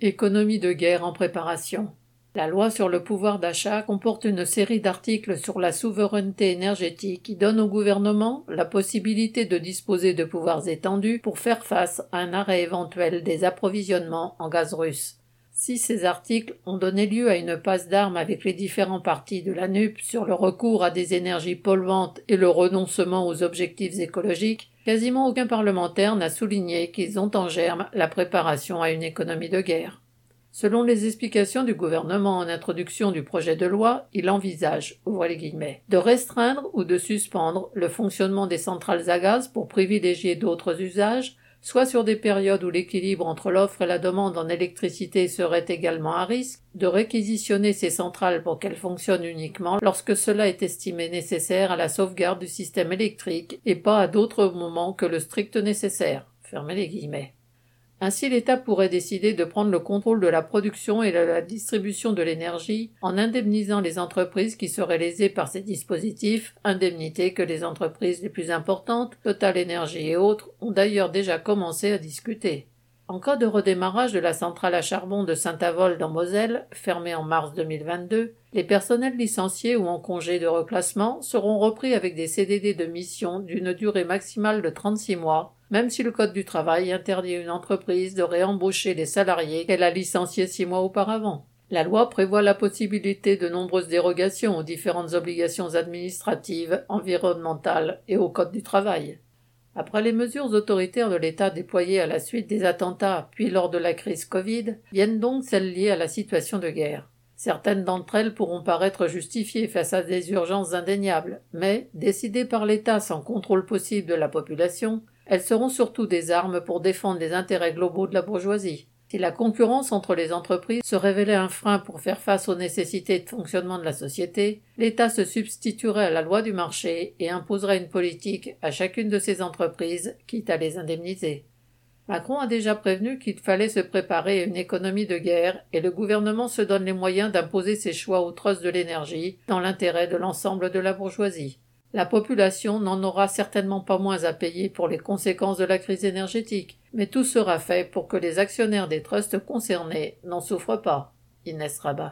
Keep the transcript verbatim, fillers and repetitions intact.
Économie de guerre en préparation. La loi sur le pouvoir d'achat comporte une série d'articles sur la souveraineté énergétique qui donne au gouvernement la possibilité de disposer de pouvoirs étendus pour faire face à un arrêt éventuel des approvisionnements en gaz russe. Si ces articles ont donné lieu à une passe d'armes avec les différents partis de la N U P sur le recours à des énergies polluantes et le renoncement aux objectifs écologiques, quasiment aucun parlementaire n'a souligné qu'ils ont en germe la préparation à une économie de guerre. Selon les explications du gouvernement en introduction du projet de loi, il envisage, ouvrez les guillemets, de restreindre ou de suspendre le fonctionnement des centrales à gaz pour privilégier d'autres usages, soit sur des périodes où l'équilibre entre l'offre et la demande en électricité serait également à risque, de réquisitionner ces centrales pour qu'elles fonctionnent uniquement lorsque cela est estimé nécessaire à la sauvegarde du système électrique et pas à d'autres moments que le strict nécessaire. Fermez les guillemets. Ainsi, l'État pourrait décider de prendre le contrôle de la production et de la distribution de l'énergie en indemnisant les entreprises qui seraient lésées par ces dispositifs, indemnités que les entreprises les plus importantes, Total Énergie et autres, ont d'ailleurs déjà commencé à discuter. En cas de redémarrage de la centrale à charbon de Saint-Avold en Moselle, fermée en mars deux mille vingt-deux, les personnels licenciés ou en congé de reclassement seront repris avec des C D D de mission d'une durée maximale de trente-six mois, même si le Code du travail interdit à une entreprise de réembaucher les salariés qu'elle a licenciés six mois auparavant. La loi prévoit la possibilité de nombreuses dérogations aux différentes obligations administratives, environnementales et au Code du travail. Après les mesures autoritaires de l'État déployées à la suite des attentats puis lors de la crise Covid, viennent donc celles liées à la situation de guerre. Certaines d'entre elles pourront paraître justifiées face à des urgences indéniables, mais, décidées par l'État sans contrôle possible de la population, elles seront surtout des armes pour défendre les intérêts globaux de la bourgeoisie. Si la concurrence entre les entreprises se révélait un frein pour faire face aux nécessités de fonctionnement de la société, l'État se substituerait à la loi du marché et imposerait une politique à chacune de ces entreprises, quitte à les indemniser. Macron a déjà prévenu qu'il fallait se préparer à une économie de guerre et le gouvernement se donne les moyens d'imposer ses choix au trust de l'énergie dans l'intérêt de l'ensemble de la bourgeoisie. La population n'en aura certainement pas moins à payer pour les conséquences de la crise énergétique, mais tout sera fait pour que les actionnaires des trusts concernés n'en souffrent pas. Inès Rabat.